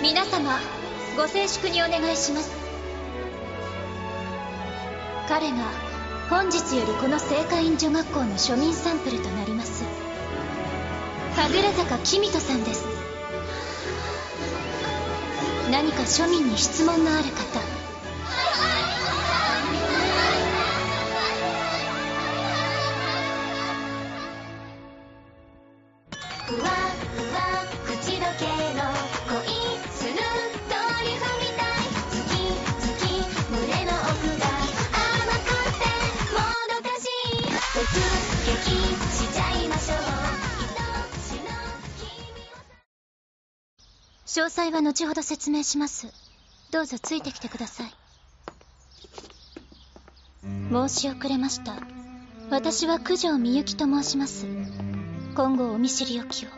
皆様、ご静粛にお願いします。彼が本日よりこの聖火院女学校の庶民サンプルとなります神楽坂公人さんです。何か庶民に質問のある方。ふわふわ口どけの恋するドリフみたい。ズキズキ胸の奥が甘くてもどかしい。突撃しちゃいましょう。愛しの君を。詳細は後ほど説明します。どうぞついてきてください。申し遅れました。私は九条みゆきと申します。今後お見知りおきを。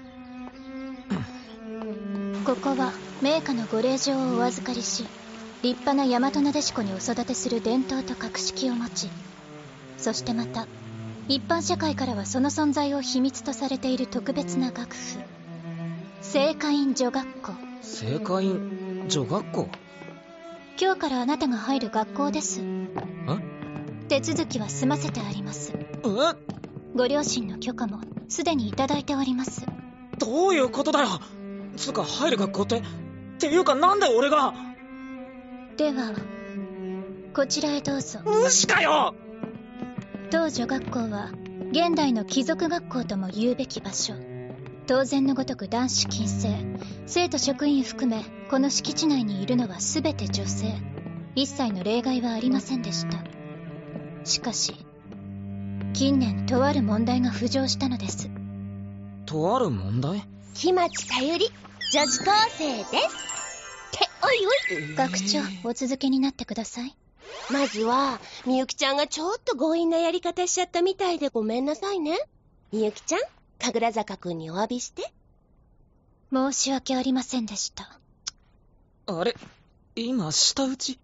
ここは名家のご令状をお預かりし、立派な大和なでしこにお育てする伝統と格式を持ち、そしてまた一般社会からはその存在を秘密とされている特別な学府、聖火院女学校。 聖火院女学校？ 今日からあなたが入る学校です。手続きは済ませてあります。ご両親の許可もすでにいただいております。 どういうことだよ。つうか入る学校っていうかなんで俺が。 ではこちらへどうぞ。 無視かよ。 当女学校は現代の貴族学校とも言うべき場所。当然のごとく男子禁制。生徒職員含めこの敷地内にいるのは全て女性。一切の例外はありませんでした。しかし近年とある問題が浮上したのです。 とある問題？ 木町さゆり女子高生ですって。おいおい、 学長、お続けになってください。 まずはみゆきちゃんがちょっと強引なやり方しちゃったみたいでごめんなさいね。みゆきちゃん、神楽坂くんにお詫びして。 申し訳ありませんでした。 あれ、今舌打ち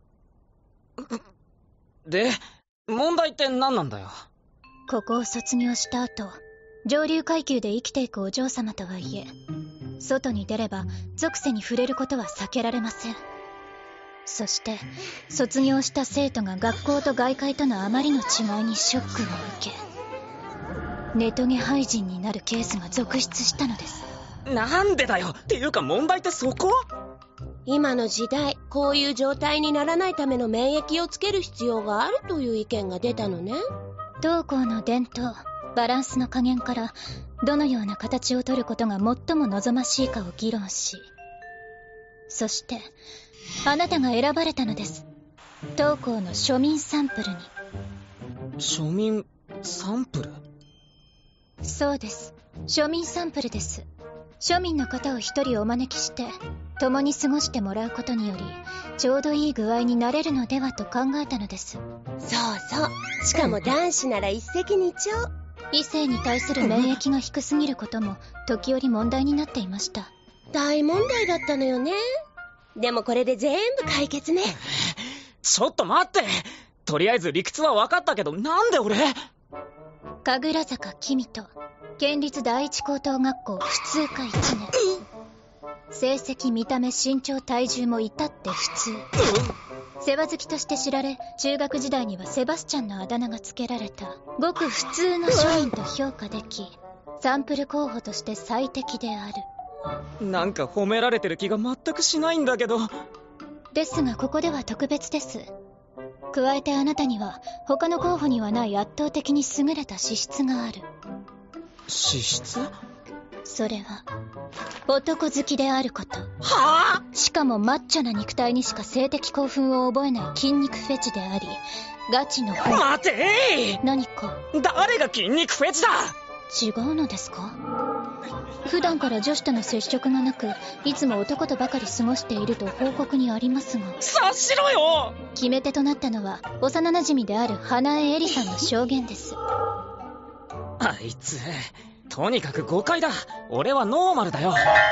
で、問題って何なんだよ。 ここを卒業した後、上流階級で生きていくお嬢様とはいえ、外に出れば俗世に触れることは避けられません。そして卒業した生徒が学校と外界とのあまりの違いにショックを受け、ネトゲ廃人になるケースが続出したのです。 なんでだよ。っていうか問題ってそこ？ 今の時代、こういう状態にならないための免疫をつける必要があるという意見が出たのね。 当校の伝統、バランスの加減からどのような形を取ることが最も望ましいかを議論し、そしてあなたが選ばれたのです。当校の庶民サンプルに。 庶民サンプル？ そうです、庶民サンプルです。庶民の方を一人お招きして共に過ごしてもらうことにより、ちょうどいい具合になれるのではと考えたのです。 そうそう、しかも男子なら一石二鳥。 異性に対する免疫が低すぎることも時折問題になっていました。 大問題だったのよね。でもこれで全部解決ね。 ちょっと待って。とりあえず理屈は分かったけど、なんで俺？ 神楽坂公人、県立第一高等学校普通科1年。成績、見た目、身長、体重も至って普通。世話好きとして知られ、中学時代にはセバスチャンのあだ名が付けられたごく普通の庶民と評価でき、サンプル候補として最適である。 なんか褒められてる気が全くしないんだけど。 ですがここでは特別です。加えてあなたには他の候補にはない圧倒的に優れた資質がある。 資質？ それは男好きであること。 はぁ？ しかもマッチョな肉体にしか性的興奮を覚えない筋肉フェチであり、ガチの方。 待てー！ 何か？ 誰が筋肉フェチだ？ 違うのですか？普段から女子との接触がなく、いつも男とばかり過ごしていると報告にありますが。 察しろよ！ 決め手となったのは幼馴染である花江絵里さんの証言です。 あいつ、とにかく誤解だ。俺はノーマルだよ。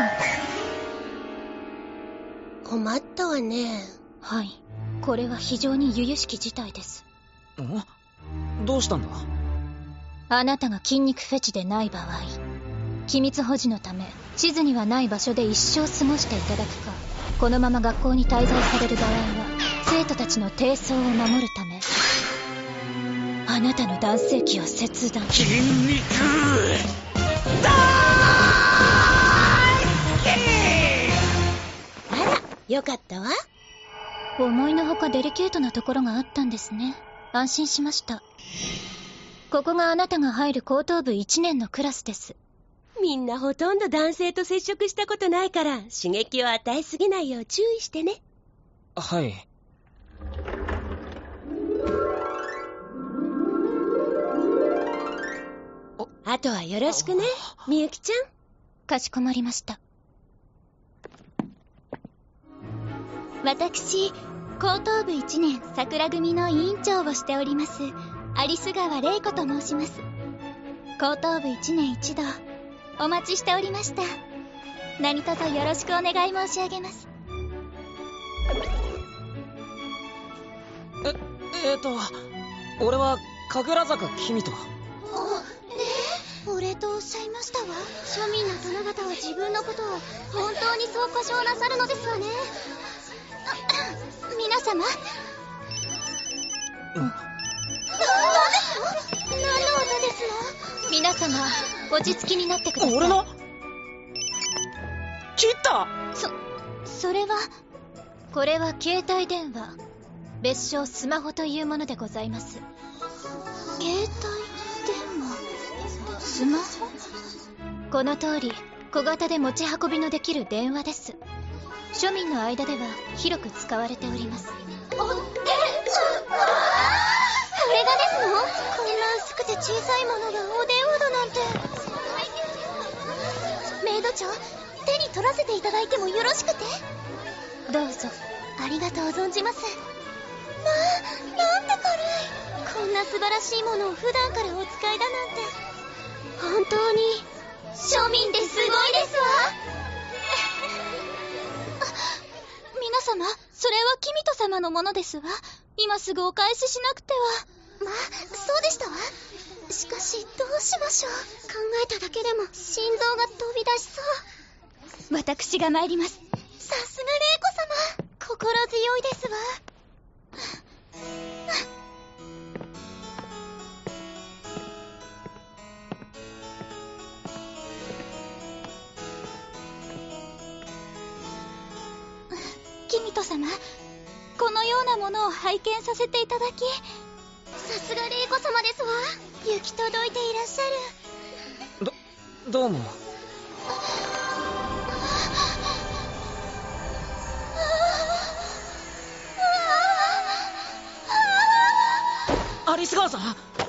困ったわね。 はい、これは非常に由々しき事態です。 どうしたんだ？ あなたが筋肉フェチでない場合、機密保持のため地図にはない場所で一生過ごしていただくか、 このまま学校に滞在される場合は生徒たちの低層を守るためあなたの男性器を切断。 筋肉大あら、よかったわ。 思いのほかデリケートなところがあったんですね。安心しました。ここがあなたが入る高等部1年のクラスです。 みんなほとんど男性と接触したことないから刺激を与えすぎないよう注意してね。 はい。 あとはよろしくね、みゆきちゃん。 かしこまりました。 私、高等部1年桜組の委員長をしております有栖川玲子と申します。高等部1年一度お待ちしておりました。何卒よろしくお願い申し上げます。 俺は神楽坂君と。 お礼とおっしゃいましたわ。庶民の殿方は自分のことを本当にそう呼称なさるのですわね。皆様、何の音ですの？ 皆様、落ち着きになってください。 俺の切った。 それはこれは携帯電話、別称スマホというものでございます。 携帯電話、 スマホ？この通り小型で持ち運びのできる電話です。庶民の間では広く使われております。 それがですの？こんな薄くて小さいものがお電話だなんて。メイド長、手に取らせていただいてもよろしくて？ どうぞ。 ありがとう存じます。まあ、なんて軽い。こんな素晴らしいものを普段からお使いだなんて。本当に庶民ってすごいですわ。 皆様、それはキミト様のものですわ。今すぐお返ししなくては。 まあ、そうでしたわ。しかしどうしましょう。考えただけでも心臓が飛び出しそう。 私が参ります。 さすが玲子様、心強いですわ。 キミト様、このようなものを拝見させていただき、 さすが玲子様ですわ。行き届いていらっしゃる。 どうも。有栖川さん。